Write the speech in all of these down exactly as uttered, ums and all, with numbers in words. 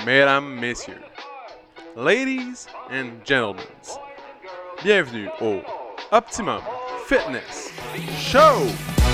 mesdames, messieurs, ladies and gentlemen, bienvenue au Optimum Fitness Show!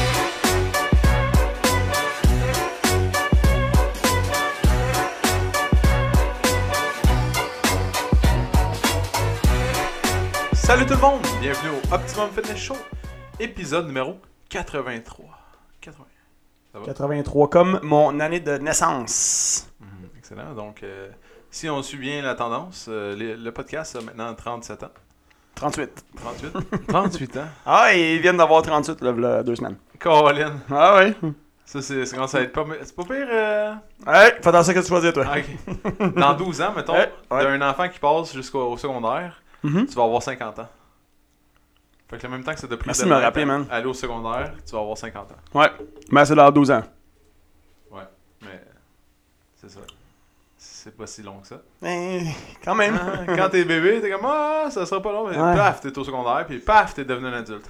Salut tout le monde, bienvenue au Optimum Fitness Show, épisode numéro quatre-vingt-trois. quatre-vingts. Ça va? quatre-vingt-trois, comme mon année de naissance. Mmh, excellent. Donc, euh, si on suit bien la tendance, euh, le, le podcast a maintenant trente-sept ans. trente-huit. trente-huit? trente-huit ans. Ah, ils viennent d'avoir trente-huit, là, là deux semaines. Colin. Ah oui. Ça, c'est, c'est, ça va être pas... C'est pas pire... Euh... Ouais, fais attention à ce que tu choisis, toi. Ah, ok. Dans douze ans, mettons, ouais, ouais. d'un enfant qui passe jusqu'au secondaire, Mm-hmm. tu vas avoir cinquante ans. Fait que le même temps que ça t'a pris Merci de de me rappeler, man. aller au secondaire, tu vas avoir cinquante ans. Ouais, mais c'est dans douze ans. Ouais, mais c'est ça. C'est pas si long que ça. Mais quand même. Ah, quand t'es bébé, t'es comme « Ah, ça sera pas long. » Mais ouais. paf, t'es au secondaire, puis paf, t'es devenu un adulte.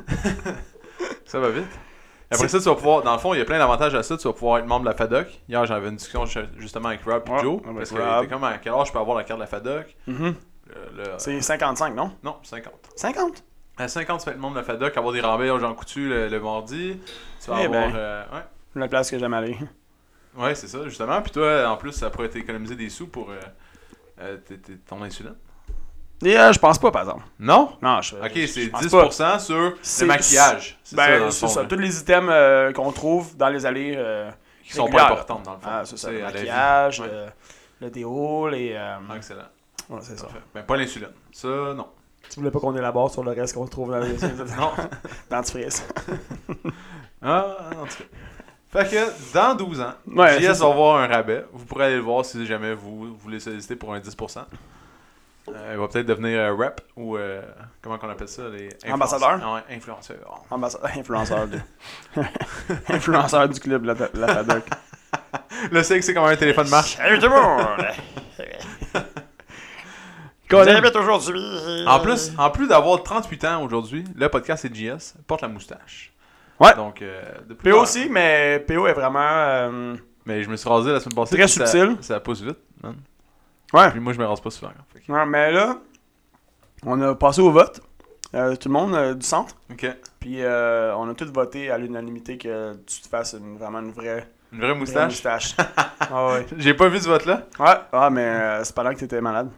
Ça va vite. Après c'est... ça, tu vas pouvoir... Dans le fond, il y a plein d'avantages à ça. Tu vas pouvoir être membre de la FADOC. Hier, j'avais une discussion justement avec Rob et ouais, Joe. avec Parce Rob. que t'es comme « À quel âge je peux avoir la carte de la FADOC? Mm-hmm. » Le, le, C'est cinquante-cinq, non? Non, cinquante. cinquante? À cinquante, tu vas être membre de la FADOC, avoir des rabais au Jean Coutu le, le mardi. Tu vas eh avoir... ben, euh, ouais. La place que j'aime aller. Ouais, c'est ça, justement. Puis toi, en plus, ça pourrait t'économiser des sous pour euh, euh, t- t- ton insuline. Et euh, je pense pas, par exemple. Non? Non, je Ok, je, c'est je pense dix pour cent pas. sur C'est, le maquillage. C'est ben, ça, dans le c'est fond, ça. là. Tous les items euh, qu'on trouve dans les allées euh, Qui sont régulières, pas importants, dans le fond. Ah, c'est ça. Le à la vie. maquillage, Ouais. euh, le déo, les... Euh... Ah, excellent. Ouais, c'est ça. Parfait. Ben, pas l'insuline. Ça, non. Tu voulais pas qu'on élabore sur le reste qu'on trouve dans les Non. dentifrice. Ah, en tout cas. Fait que dans douze ans, Ouais, J S va avoir un rabais. Vous pourrez aller le voir si jamais vous voulez solliciter pour un dix pour cent. Euh, il va peut-être devenir euh, rep ou euh, comment qu'on appelle ça, les influenceurs. Ambassadeur? Ah ouais, influenceur. Ambassadeur, influenceur du... influenceur du club, la, la FADOC. Là, c'est que c'est comme un téléphone marche. Salut tout le monde! Qu'on invite aujourd'hui. En plus, en plus d'avoir trente-huit ans aujourd'hui, le podcast c'est J S, porte la moustache. Ouais. Donc, euh, depuis P O aussi, mais P O est vraiment... Euh... Mais je me suis rasé la semaine passée. Très ça, subtil. Ça pousse vite, man. Ouais. Puis moi, je me rase pas souvent. Fait que... Ouais, mais là, on a passé au vote. Euh, tout le monde euh, du centre. Ok. Puis euh, on a tous voté à l'unanimité que tu te fasses une, vraiment une vraie... Une vraie moustache? Vraie moustache. Ah ouais. J'ai pas vu ce vote-là. Ouais, ah, mais euh, c'est pendant que t'étais malade.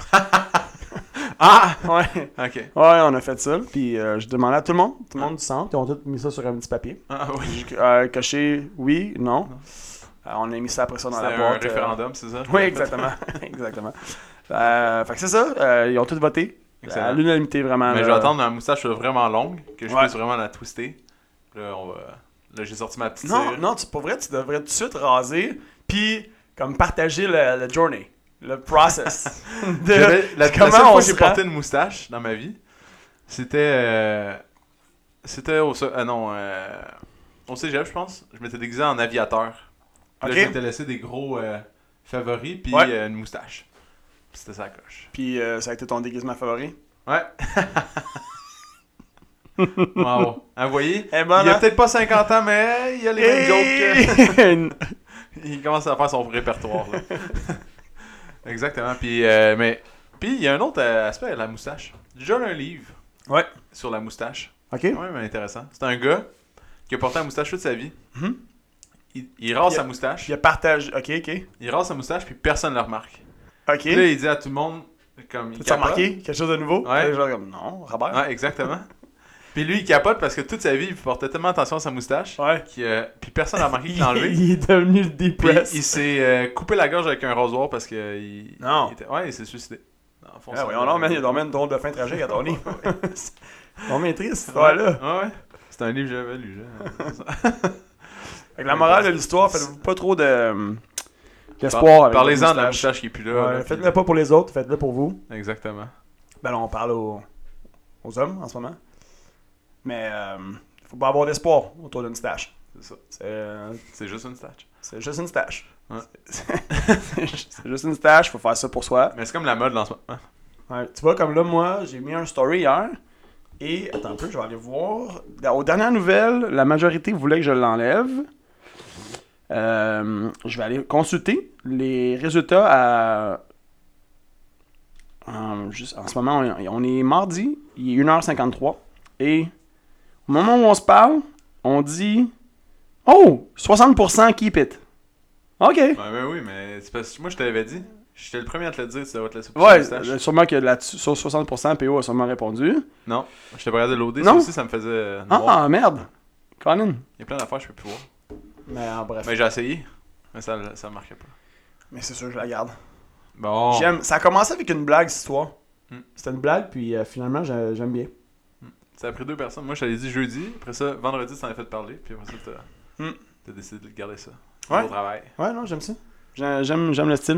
Ah! Ouais. Ok. Ouais, on a fait ça. Puis euh, je demandais à tout le monde, tout le monde du centre, ils ont tous mis ça sur un petit papier. Ah oui. J'ai euh, coché oui, non. Euh, on a mis ça après ça dans C'était la un boîte. référendum, euh... c'est ça? Oui, exactement. exactement. Euh, fait que c'est ça. Euh, ils ont tous voté. Excellent. À l'unanimité, vraiment. Mais là. je vais attendre ma moustache soit vraiment longue, que je Ouais. puisse vraiment la twister. Là, on va... Là, j'ai sorti ma petite Non, cire. non, tu, pour vrai, tu devrais tout de suite raser, puis comme partager le, le journey, le process. de J'avais- la, la comment seule on fois que se j'ai rend- porté une moustache dans ma vie, c'était... euh, C'était au... ce- Ah non, euh, au cégep, je pense. Je m'étais déguisé en aviateur. Puis Ok. là, je m'étais laissé des gros euh, favoris, puis Ouais. euh, une moustache. Puis c'était ça la coche. Puis euh, ça a été ton déguisement favori. Ouais. Wow. Hein, vous voyez? Eh ben, Il a hein? peut-être pas cinquante ans, mais il a les mêmes jokes que... Hey! Il commence à faire son répertoire, là. Exactement. Puis, euh, mais... Puis, il y a un autre euh, aspect à la moustache. J'ai déjà lu un livre Ouais. sur la moustache. Ok. C'est quand même intéressant. C'est un gars qui a porté la moustache toute sa vie. Mhm. Il, il rase Il a- sa moustache. Puis il a partagé. Ok, ok. Il rase sa moustache, puis personne ne le remarque. Ok. Puis là, il dit à tout le monde... comme il Tu as capote. remarqué quelque chose de nouveau? Ouais. Les gens comme non, Robert. Ouais, exactement. Puis lui, il capote parce que toute sa vie, il portait tellement attention à sa moustache. Ouais. Qu'il, euh, puis personne n'a remarqué qu'il l'a enlevé. il est devenu Puis depressed. il s'est euh, coupé la gorge avec un rasoir parce que il, Non. il était, ouais, il s'est suicidé. Dans le fond, Ah, ça- voyons, non, man, il y a dormi une drôle de fin tragique à ton livre. Non, mais triste, cette histoire-là. Ouais, ouais. C'est un livre que j'avais lu. Là. Fait que la morale de l'histoire, faites-vous pas trop de d'espoir avec Parlez-en votre de la moustache. moustache qui est plus là. Ouais, là, faites-le puis- pas pour les autres, faites-le pour vous. Exactement. Ben là, on parle aux, aux hommes en ce moment. Mais euh, faut pas avoir d'espoir autour d'une stache. C'est ça. C'est, euh, C'est juste une stache. c'est juste une stache. Ouais. C'est, c'est juste une stache, faut faire ça pour soi. Mais c'est comme la mode là, en ce moment. Ouais, tu vois, comme là, moi, j'ai mis un story hier. Et, attends un peu, je vais aller voir. Aux dernières nouvelles, la majorité voulait que je l'enlève. Euh, je vais aller consulter les résultats à. Euh, juste, en ce moment, on, on est mardi, il est une heure cinquante-trois. Et au moment où on se parle, on dit oh, soixante pour cent keep it. OK. Ouais, ben oui, mais c'est parce que moi, je te l'avais dit. J'étais le premier à te le dire, tu devrais te laisser Ouais, moustache. sûrement que là-dessus, sur soixante pour cent, P O a sûrement répondu. Non, j'étais pas regardé loader, Non? ça aussi, ça me faisait. euh, Ah, noir. merde. Colin. Il y a plein d'affaires que je peux plus voir. Mais en bref. Mais j'ai essayé, mais ça, ça marquait pas. Mais c'est sûr, je la garde. Bon. J'aime. Ça a commencé avec une blague, cette histoire. Hmm. C'était une blague, puis euh, finalement, j'ai- j'aime bien. Ça a pris deux personnes. Moi, je t'avais dit jeudi. Après ça, vendredi, tu t'en as fait parler. Puis après ça, t'as, Hmm. t'as décidé de garder ça. Ouais. Au travail. Ouais, non, j'aime ça. J'ai- J'aime, j'aime le style.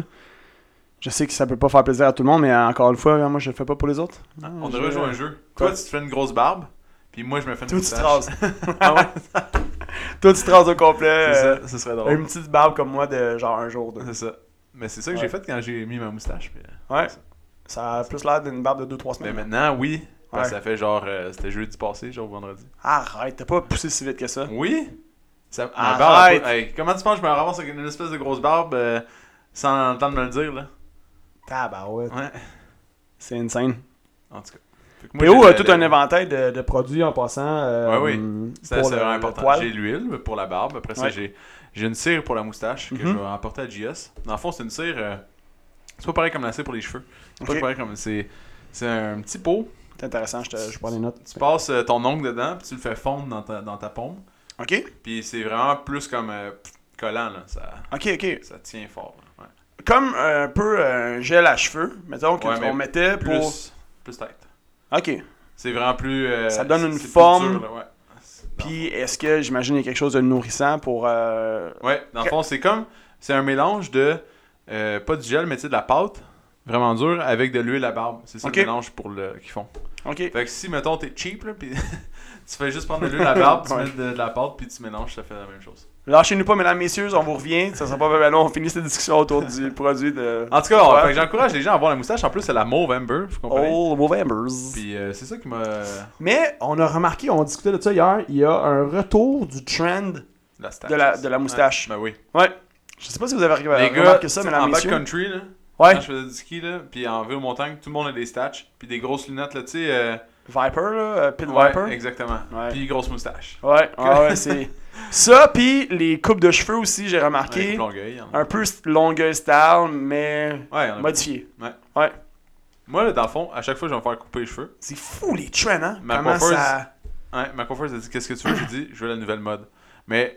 Je sais que ça peut pas faire plaisir à tout le monde, mais euh, encore une fois, moi, je le fais pas pour les autres. Ah, on je- devrait jouer à un jeu. Quoi? Toi, tu te fais une grosse barbe. Puis moi, je me fais une Toi, tu te moustache. rases. Ah ouais? Toi, tu te rases au complet. C'est euh, ça, ce serait drôle. Une petite barbe comme moi de genre un jour. Deux. C'est ça. Mais c'est ça que Ouais. j'ai fait quand j'ai mis ma moustache. Puis, euh, Ouais. c'est ça. Ça a plus l'air d'une barbe de deux trois Mais semaines. maintenant, oui. Parce que Ouais. ça fait genre. euh, c'était jeudi passé, genre vendredi. Arrête, t'as pas poussé si vite que ça. Oui? Ça, ma Arrête. barbe. a pas- Hey, comment tu penses que je me ramasse avec une espèce de grosse barbe euh, sans le temps de me le dire, là? Tabarouette. Ouais. C'est insane. En tout cas. Fait que P moi, O j'ai a le- tout un éventail de, de produits en passant. Euh, Ouais, oui. C'est pour c'est le- vraiment le important. poil. J'ai l'huile pour la barbe. Après ça, Ouais. j'ai j'ai une cire pour la moustache que Mhm. je vais emporter à J S. Dans le fond, c'est une cire. euh, c'est pas pareil comme la cire pour les cheveux. C'est Ok. pas pareil comme. C'est c'est un petit pot. C'est intéressant, je, te, je prends des notes. Tu passes euh, ton ongle dedans, puis tu le fais fondre dans ta, dans ta paume. Ok, Puis c'est vraiment plus comme euh, collant, là. Ça, ok, ok. ça tient fort. Là. Ouais. Comme un peu un gel à cheveux, mettons, qu'on Ouais, mais mettait pour. Plus, plus tight. Ok. C'est vraiment plus. euh, Ça donne c'est- une c'est plus forme. dur, là, ouais. C'est- dans- Puis est-ce que, j'imagine, il y a quelque chose de nourrissant pour. Euh... Ouais, dans le fond, c'est comme. C'est un mélange de. euh, pas du gel, mais tu sais, de la pâte. Vraiment dure avec de l'huile à barbe. C'est ça Ok. le mélange pour le qu'ils font. Ok. Fait que si, mettons, t'es cheap, là, pis tu fais juste prendre de l'huile à barbe, tu Ouais. mets de, de la pâte, puis tu mélanges, ça fait la même chose. Lâchez-nous pas, mesdames, messieurs, on vous revient. Ça sera pas vraiment long. On finit cette discussion autour du produit de. En tout cas, Ouais. fait que j'encourage les gens à avoir la moustache. En plus, c'est la Mauve Amber, vous comprenez? All Movembers. Puis euh, c'est ça qui m'a. Mais on a remarqué, on discutait de ça hier, il y a un retour du trend La stache. de la, de la moustache. Ben oui. Ouais. Je sais pas si vous avez Les remarqué gars, ça, en mesdames, messieurs. backcountry, là, Ouais. quand je faisais du ski, là, puis en ville montagne, tout le monde a des stachs, puis des grosses lunettes, là, tu sais. euh, Viper, là, euh, Pit ouais, Viper. exactement. Ouais. Puis grosse moustache. Ouais, ah ouais, c'est. Ça, puis les coupes de cheveux aussi, j'ai Ouais, remarqué. coupe Longueuil, il y en a. Un peu longueuil style, mais Ouais, il y en a modifié. Ouais. Ouais. Moi, là, dans le fond, à chaque fois, je vais me faire couper les cheveux. C'est fou les trends, hein? Ma Comment coiffeuse- ça. Ouais, ma coiffeuse a dit qu'est-ce que tu veux? J'ai dit, je veux la nouvelle mode. Mais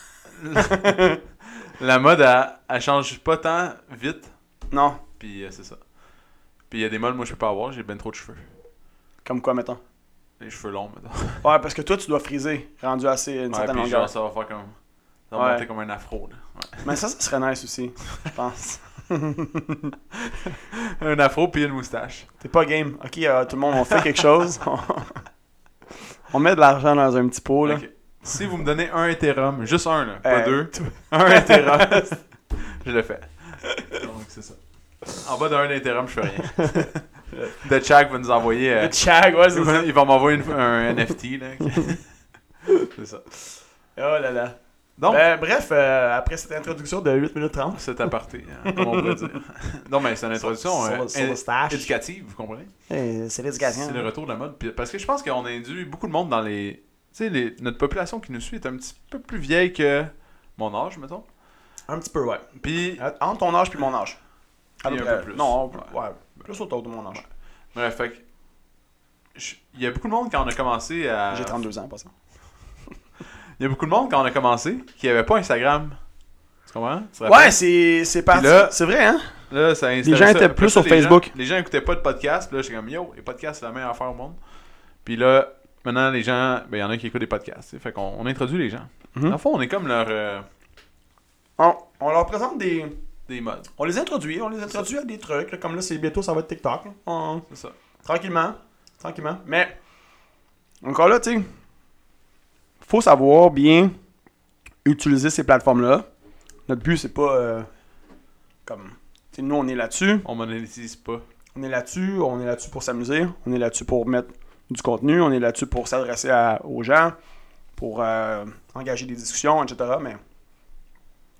la mode, elle, elle change pas tant vite. Non. Puis euh, c'est ça. Puis il y a des modes, moi, je peux pas avoir, j'ai ben trop de cheveux. Comme quoi, mettons? Les cheveux longs, maintenant. Ouais, parce que toi, tu dois friser, rendu assez une Ouais, certaine puis longueur. genre, ça va faire comme. Ça va Ouais. monter comme un afro, là. Ouais. Mais ça, ça serait nice aussi, je pense. Un afro, puis une moustache. T'es pas game. Ok, euh, tout le monde, on fait quelque chose. On met de l'argent dans un petit pot, là. Ok. Si vous me donnez un Ethereum, juste un, là, pas Euh, deux, un Ethereum, je le fais. Donc, c'est ça. En bas d'un Ethereum, je fais rien. The Chag va nous envoyer. euh, Le chag, ouais, il c'est va, ça. il va m'envoyer une- un N F T, là. C'est ça. Oh là là. Donc, Ben, bref, euh, après cette introduction de huit minutes trente. c'est aparté, hein, comme on pourrait dire. Non, mais c'est une introduction Sur- euh, sur le é- stash. éducative, vous comprenez? Hey, c'est l'éducation. C'est le retour de la mode. Puis- Parce que je pense qu'on a induit beaucoup de monde dans les. Tu sais, les... notre population qui nous suit est un petit peu plus vieille que mon âge, mettons. Un petit peu, ouais. Puis, Euh, Entre ton âge puis mon âge. À Puis peu un près. peu plus. Non, Ouais. ouais. Plus autour de mon âge. bref, fait que. je- Il y a beaucoup de monde quand on a commencé à. J'ai trente-deux ans, pas ça. Il y a beaucoup de monde quand on a commencé qui avait pas Instagram. Tu comprends? Tu te Ouais, rappelles? c'est c'est parti. là- C'est vrai, hein? Là, ça Les installait gens ça. étaient Après plus ça, sur les Facebook. gens- les gens écoutaient pas de podcast. Puis là, j'étais comme, yo, les podcasts, c'est la meilleure affaire au monde. Puis là, maintenant, les gens, ben, il y en a qui écoutent des podcasts. t'sais. Fait qu'on on introduit les gens. Mhm. Dans le fond, on est comme leur. euh, On, on leur présente des... des modes. On les introduit, on les introduit à des trucs. Là, comme là, c'est bientôt, ça va être TikTok. là. On- C'est ça. Tranquillement. Tranquillement. Mais, encore là, tu sais, faut savoir bien utiliser ces plateformes-là. Notre but, c'est pas euh, comme... Tu sais, nous, on est là-dessus. On monétise pas. On est là-dessus. On est là-dessus pour s'amuser. On est là-dessus pour mettre du contenu. On est là-dessus pour s'adresser à- aux gens, pour euh, engager des discussions, et cetera. Mais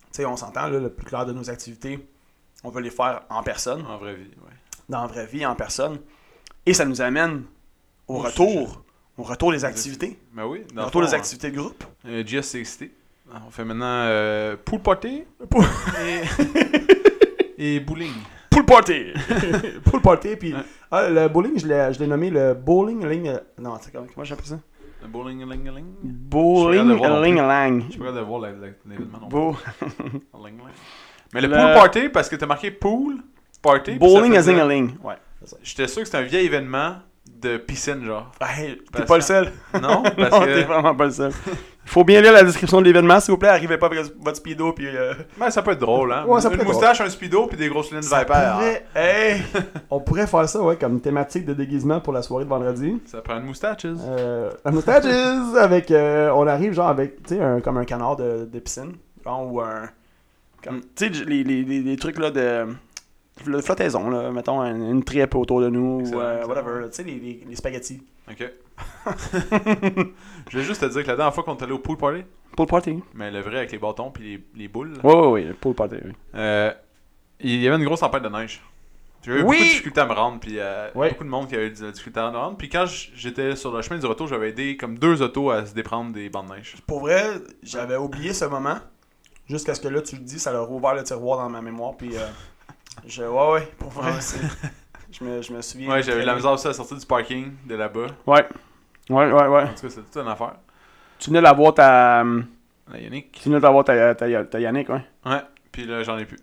sais, on s'entend, là, le plus clair de nos activités, on veut les faire en personne, En vraie vie, ouais. dans la vraie vie, en personne. Et ça nous amène au, Au retour, sujet. au retour des activités, Ben oui, au dans le retour fond, des activités de groupe. euh, G S sixty. On fait maintenant euh, pool party Pool- et, et bowling. Pool party! Pool party, puis Ouais. ah, le bowling, je l'ai, je l'ai nommé le bowling ling... Non, tu sais comment, comment j'appelle ça? Le bowling, ling, ling. Bowling Je suis pas capable de voir non plus. ling lang. Je suis pas capable de voir la- la- l'événement non plus. Bo- Ling, ling. Mais le, Le- pool party, parce que t'as marqué pool party. puis Bowling ça a faisait- zing a ling. Ouais. J'étais sûr que c'était un vieil événement de piscine, genre. Hey, t'es Parce pas le que- seul. Non, parce Non, que. t'es vraiment pas le seul. Il faut bien lire la description de l'événement, s'il vous plaît. Arrivez pas avec votre speedo, puis... Euh... Ben, ça peut être drôle, hein. Ouais, ça peut Une être moustache, un speedo, puis des grosses lunettes Ça Viper. pourrait- Hey! On pourrait faire ça, ouais, comme thématique de déguisement pour la soirée de vendredi. Ça prend une moustache. Euh, un moustache avec... euh, on arrive genre avec, tu sais, un, comme un canard de, de piscine. Genre, ou un... Comme, tu sais, les, les, les, les trucs, là, de... de flottaison, là. Mettons, une, une tripe autour de nous, Excellent, ou euh, excellent. whatever. Tu sais, les, les, les spaghettis. Ok. Je vais juste te dire que la dernière fois qu'on est allé au pool party, Pool party. mais le vrai avec les bâtons puis les, les boules, là, Ouais, ouais, ouais, le pool party, oui. euh, il y avait une grosse tempête de neige. J'avais eu Oui! beaucoup de difficultés à me rendre, puis euh, Ouais. beaucoup de monde qui avait eu de la difficulté à me rendre. Puis quand j- j'étais sur le chemin du retour, j'avais aidé comme deux autos à se déprendre des bancs de neige. Pour vrai, j'avais oublié ce moment. Jusqu'à ce que là, tu le dis, ça a rouvert le tiroir dans ma mémoire. Puis, euh, je, ouais, ouais, pour vrai, Ouais. c'est- je, me, je me souviens. Ouais, j'avais très de la bien. misère aussi à sortir du parking de là-bas. Ouais. Ouais, ouais, ouais. En tout cas, c'était toute une affaire. Tu venais d'avoir ta. Là, Yannick. Tu venais d'avoir ta, ta, ta Yannick, ouais. Ouais, puis là, j'en ai plus.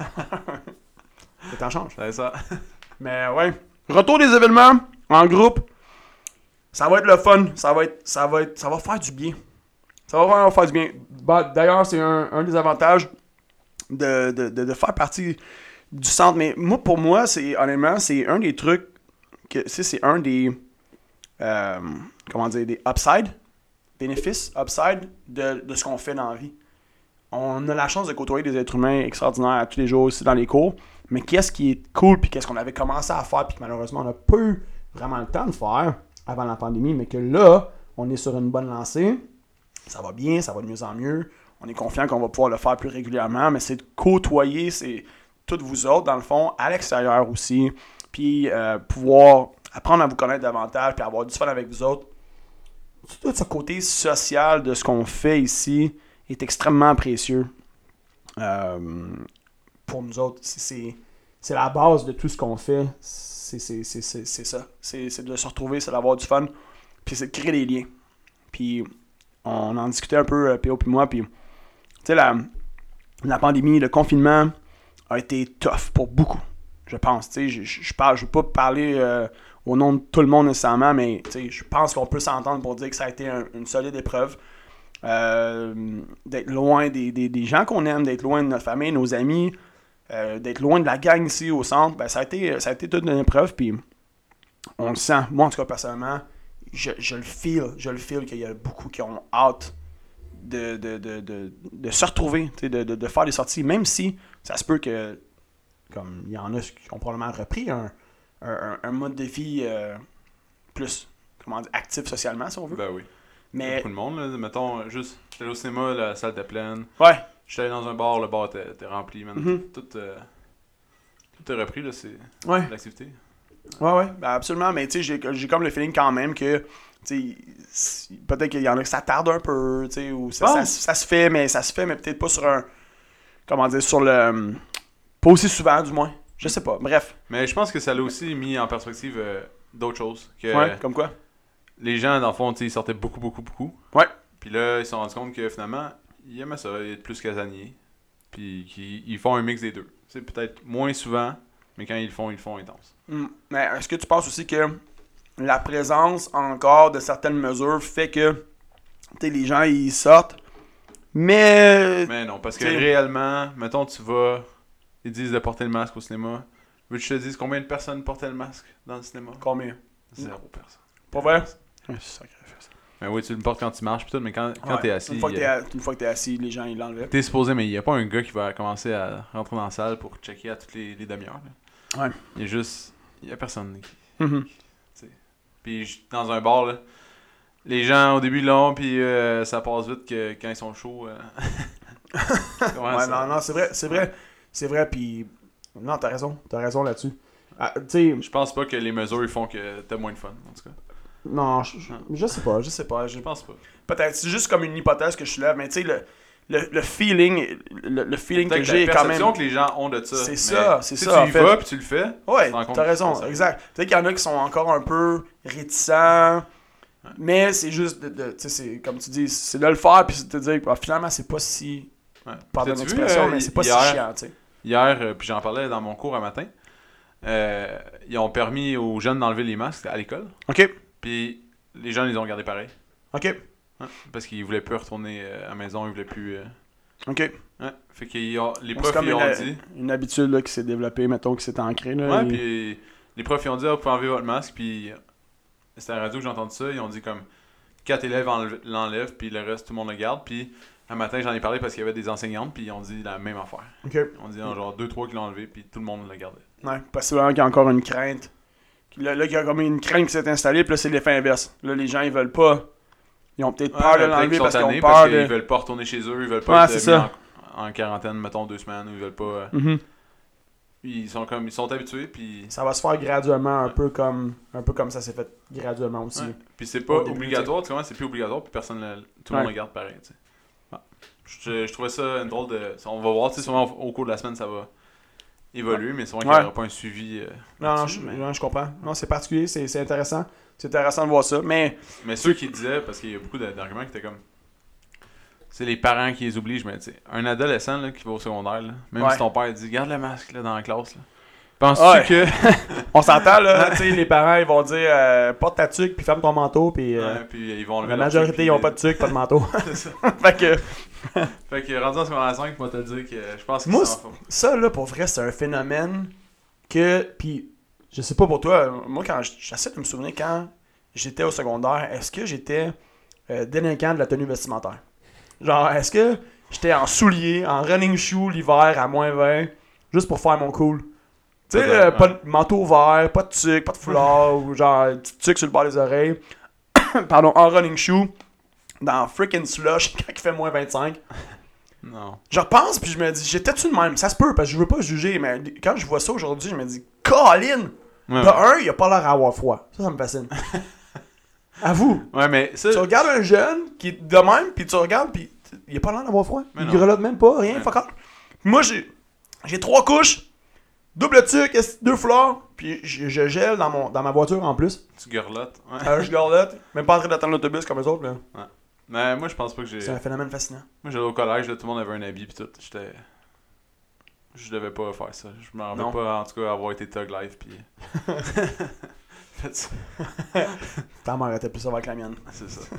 Ça t'en change. C'est ça. Mais ouais. Retour des événements en groupe. Ça va être le fun. Ça va être. Ça va être. Ça va faire du bien. Ça va vraiment faire du bien. Bah, d'ailleurs, c'est un, un des avantages de, de, de, de faire partie du centre. Mais moi, pour moi, c'est honnêtement, c'est un des trucs que. Tu sais, c'est un des. euh, comment dire, des upside, bénéfices, upside de, de ce qu'on fait dans la vie. On a la chance de côtoyer des êtres humains extraordinaires tous les jours aussi dans les cours. Mais qu'est-ce qui est cool, puis qu'est-ce qu'on avait commencé à faire, puis que malheureusement on n'a pas eu vraiment le temps de faire avant la pandémie, mais que là, on est sur une bonne lancée. Ça va bien, ça va de mieux en mieux. On est confiant qu'on va pouvoir le faire plus régulièrement, mais c'est de côtoyer c'est toutes vous autres, dans le fond, à l'extérieur aussi, puis euh, pouvoir apprendre à vous connaître davantage, puis avoir du fun avec vous autres. Tout ce côté social de ce qu'on fait ici est extrêmement précieux. Euh, pour nous autres, c'est, c'est, c'est la base de tout ce qu'on fait. C'est, c'est, c'est, c'est, c'est ça. C'est, c'est de se retrouver, c'est d'avoir du fun, puis c'est de créer des liens. Puis on en discutait un peu, euh, P O puis moi, puis tu sais, la, la pandémie, le confinement a été tough pour beaucoup, je pense. Tu sais, je, je, je parle, je veux pas parler euh, au nom de tout le monde nécessairement, mais tu sais, je pense qu'on peut s'entendre pour dire que ça a été un- une solide épreuve. Euh, d'être loin des, des, des gens qu'on aime, d'être loin de notre famille, nos amis, euh, d'être loin de la gang ici au centre, ben, ça, a été, ça a été toute une épreuve, puis on le sent. Moi, en tout cas, personnellement, je, je le feel, je le feel qu'il y a beaucoup qui ont hâte de, de, de, de, de se retrouver, tu sais, de, de, de faire des sorties, même si ça se peut que, comme il y en a qui ont probablement repris un, un, un mode de vie euh, plus, comment dire, actif socialement, si on veut. Ben oui. Mais, Beaucoup de monde, là. Mettons, juste, j'étais allé au cinéma, la salle était pleine. ouais, J'étais allé dans un bar, le bar était, était rempli, man. Mhm. Tout, euh, tout est repris, là, c'est ouais. l'activité. Ouais, ouais, ben absolument, mais tu sais, j'ai, j'ai comme le feeling quand même que, tu sais, peut-être qu'il y en a que ça tarde un peu, tu sais, ou ça, Bon. ça, ça se fait, mais ça se fait, mais peut-être pas sur un, comment dire, sur le, pas aussi souvent, du moins, je sais pas, bref. Mais je pense que ça l'a aussi mis en perspective euh, d'autres choses. Que Ouais, comme quoi? les gens, dans le fond, tu sais, ils sortaient beaucoup, beaucoup, beaucoup. Ouais. Puis là, ils se sont rendus compte que finalement, ils aimaient ça, être plus casaniers. Puis qu'ils ils font un mix des deux. C'est peut-être moins souvent, mais quand ils le font, ils le font intense. Hmm. Mais est-ce que tu penses aussi que la présence encore de certaines mesures fait que, tu sais, les gens, ils sortent, mais... Mais non, parce que T'sais- réellement, mettons, tu vas, ils disent de porter le masque au cinéma. Veux que je te dise combien de personnes portaient le masque dans le cinéma? Combien? Zéro personne. Pas vrai? Ouais, c'est sacrifice. Mais oui, tu le portes quand tu marches, pis tout, mais quand, quand Ouais. t'es assis, Une fois que il y t'es, a- a- une fois que t'es assis, les gens, ils l'enlèvent. t'es supposé, mais il n'y a pas un gars qui va commencer à rentrer dans la salle pour checker à toutes les, les demi-heures. là. Ouais. Il y a juste, il y a personne. qui- Mhm. Puis j- dans un bar, là, les gens au début l'ont, puis euh, ça passe vite que quand ils sont chauds. euh, Comment Ouais, ça? non, non, c'est vrai, c'est vrai. C'est vrai, puis... Non, t'as raison, t'as raison là-dessus. Ah, tu sais, Je pense pas que les mesures ils font que t'as moins de fun, en tout cas. non, je, je, je sais pas, je sais pas. je- Je pense pas. Peut-être, c'est juste comme une hypothèse que je soulève, mais tu sais, le, le, le feeling, le, le feeling que Peut-être j'ai est la quand même... perception que les gens ont de ça. C'est mais ça, c'est si ça, tu en y fait. vas puis tu le fais, Ouais, tu te rends compte t'as que raison, c'est exact. Peut-être qu'il y en a qui sont encore un peu réticents, mais c'est juste, de, de- tu sais, c'est comme tu dis, c'est de le faire puis de te dire, ah, finalement, c'est pas si, Ouais. pardon T'as-tu vu, l'expression, euh, mais c'est pas hier, si chiant, tu sais. Hier, euh, puis j'en parlais dans mon cours un matin, euh, ils ont permis aux jeunes d'enlever les masques à l'école, Ok, puis les jeunes, ils ont gardé pareil. ok, Ouais, parce qu'ils voulaient plus retourner euh, à la maison, ils voulaient plus... euh, ok. Ouais, fait que les C'est profs, comme ils ont une, dit... une habitude là, qui s'est développée, mettons, qui s'est ancrée. Là, Ouais, et- puis les profs, ils ont dit, ah, vous pouvez enlever votre masque, puis c'était à la radio que j'ai entendu ça, ils ont dit comme, quatre élèves enlèvent- l'enlèvent, puis le reste, tout le monde le garde, puis un matin, j'en ai parlé parce qu'il y avait des enseignantes, puis ils ont dit la même affaire. Ok. On dit ah, genre deux trois qui l'ont enlevé, puis tout le monde l'a gardé. Ouais, possiblement qu'il y a encore une crainte. Là, là, il y a comme une crainte qui s'est installée, puis là, c'est l'effet inverse. Là, les gens, ils veulent pas. Ils ont peut-être peur de l'enlever parce qu'ils ont peur parce de. qu'ils veulent pas retourner chez eux, ils veulent Ouais, pas c'est être ça. mis en, en quarantaine, mettons deux semaines, ou ils veulent pas. euh, Mhm. Ils sont comme ils sont habitués, puis. Ça va se faire graduellement, un peu comme un peu comme ça s'est fait graduellement aussi. Ouais. Puis c'est pas Au début, obligatoire, tu vois, c'est plus obligatoire, puis personne, le- tout le Ouais. monde le garde pareil, tu sais. Ah. Je, je trouvais ça une drôle de. On va voir, tu sais, sûrement au, au cours de la semaine, ça va évoluer, mais sûrement qu'il n'y Ouais. aura pas un suivi. euh, Non, non, là-dessus, je, mais... non, je comprends. Non, c'est particulier, c'est c'est intéressant. C'est intéressant de voir ça. Mais. Mais ceux qui disaient, parce qu'il y a beaucoup de- d'arguments qui étaient comme. C'est les parents qui les obligent, mais tu sais, un adolescent là, qui va au secondaire, là, même Ouais. si ton père dit garde le masque là, dans la classe, là, penses-tu Ouais. que. On s'entend, là. Tu sais, les parents, ils vont dire euh, porte ta tuque, puis ferme ton manteau, puis. euh, Ouais, puis ils vont enlever la leur majorité, truc, ils ont puis- pas de tuque, pas de manteau. C'est ça. Fait que. Fait que rendu en secondaire cinq, moi te le dire que je pense que Moi, ça en faut. Ça, là, pour vrai, c'est un phénomène que. Puis, je sais pas pour toi, moi, quand j- j'essaie de me souvenir quand j'étais au secondaire, est-ce que j'étais euh, délinquant de la tenue vestimentaire? Genre, est-ce que j'étais en souliers, en running shoe l'hiver à moins vingt, juste pour faire mon cool? Tu sais, Peut-être, euh, pas ouais. de manteau vert, pas de tuque, pas de foulard, ou genre, une petite tuque sur le bord des oreilles. Pardon, en running shoe, dans freaking slush quand il fait moins vingt-cinq. Non. Je repense puis je me dis, j'étais-tu de même? Ça se peut parce que je veux pas juger, mais quand je vois ça aujourd'hui, je me dis, Colin! Ouais, De ouais. un, il a pas l'air à avoir froid. Ça, ça me fascine. Avoue. Ouais, mais ça. Tu regardes un jeune qui est de même, puis tu regardes, puis il a pas l'air d'avoir froid. Mais il non. grelotte même pas, rien, Ouais. fuck all. Moi, j'ai j'ai trois couches, double tuque, deux fleurs, puis je, je gèle dans, mon, dans ma voiture en plus. Tu gurlottes. Ouais. Euh, je grelotte, même pas en train d'attendre l'autobus comme les autres. Là. Mais moi, je pense pas que j'ai. C'est un phénomène fascinant. Moi, j'allais au collège, là, tout le monde avait un habit, pis tout. J'étais. Je devais pas faire ça. Je me Non. rappelle pas, en tout cas, avoir été Tug Life, pis. Fait ça. Ta mère était plus ça avec la mienne. C'est ça.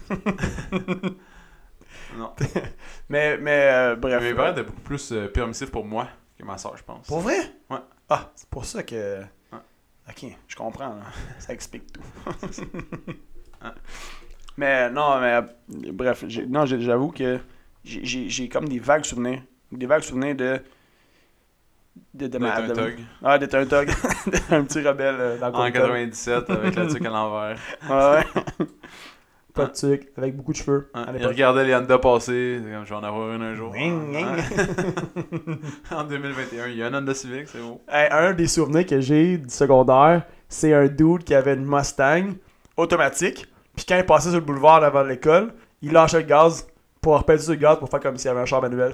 Non. Mais, mais euh, bref. Mes parents étaient beaucoup plus euh, permissifs pour moi que ma soeur, je pense. Pour vrai? Ouais. Ah, c'est pour ça que. Ouais. Ok, je comprends. Là. Ça explique tout. Ouais. Mais non, mais euh, bref, j'ai- non, j'ai- j'avoue que j'ai- j'ai j'ai comme des vagues souvenirs. Des vagues souvenirs de. De, de ma. D'être un de- Tug. Ah, d'être un thug. Un petit rebelle euh, dans le coin En de tug. quatre-vingt-dix-sept, avec la tuque à l'envers. Ouais, ouais. Pas de tuque, avec beaucoup de cheveux. Hein, à il l'époque. regardait les Honda passer, c'est comme, je vais en avoir une un jour. Ring, ring. Hein? En deux mille vingt et un, il y a un Honda Civic, c'est beau. Hey, un des souvenirs que j'ai du secondaire, c'est un dude qui avait une Mustang automatique. Puis quand il passait sur le boulevard avant l'école, il lâchait le gaz pour repéter sur le gaz pour faire comme s'il y avait un char manuel.